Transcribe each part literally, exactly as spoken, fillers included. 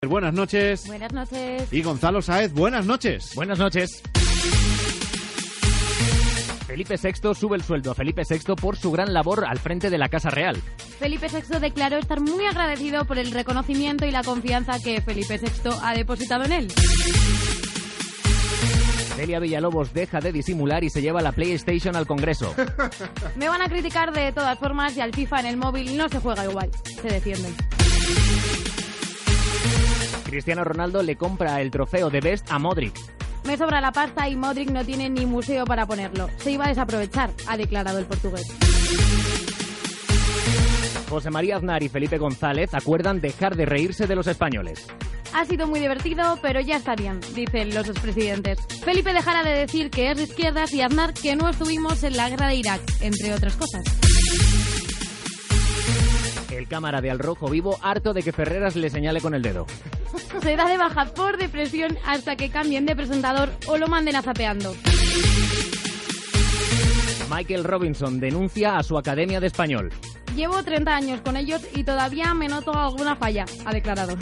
Buenas noches. Buenas noches. Y Gonzalo Sáez, buenas noches. Buenas noches. Felipe sexto sube el sueldo a Felipe sexto por su gran labor al frente de la Casa Real. Felipe sexto declaró estar muy agradecido por el reconocimiento y la confianza que Felipe sexto ha depositado en él. Celia Villalobos deja de disimular y se lleva la PlayStation al Congreso. Me van a criticar de todas formas y al FIFA en el móvil no se juega igual, se defienden. Cristiano Ronaldo le compra el trofeo de Best a Modric. Me sobra la pasta y Modric no tiene ni museo para ponerlo. Se iba a desaprovechar, ha declarado el portugués. José María Aznar y Felipe González acuerdan dejar de reírse de los españoles. Ha sido muy divertido, pero ya está bien, dicen los expresidentes. Felipe dejará de decir que es de izquierdas y Aznar que no estuvimos en la guerra de Irak, entre otras cosas. El cámara de Al Rojo Vivo harto de que Ferreras le señale con el dedo. Se da de baja por depresión hasta que cambien de presentador o lo manden a Zapeando. Michael Robinson denuncia a su Academia de Español. Llevo treinta años con ellos y todavía me noto alguna falla, ha declarado.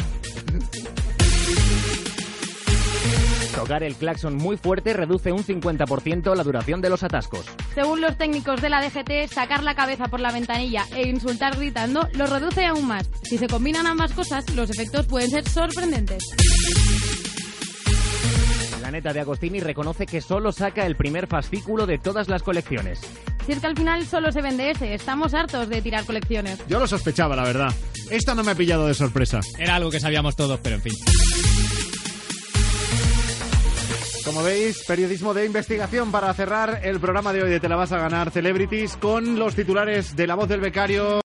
Tocar el claxon muy fuerte reduce un cincuenta por ciento la duración de los atascos. Según los técnicos de la D G T, sacar la cabeza por la ventanilla e insultar gritando lo reduce aún más. Si se combinan ambas cosas, los efectos pueden ser sorprendentes. La neta de Agostini reconoce que solo saca el primer fascículo de todas las colecciones. Si es que al final solo se vende ese, estamos hartos de tirar colecciones. Yo lo sospechaba, la verdad. Esta no me ha pillado de sorpresa. Era algo que sabíamos todos, pero en fin. Como veis, periodismo de investigación para cerrar el programa de hoy de Te la vas a ganar Celebrities con los titulares de La Voz del Becario.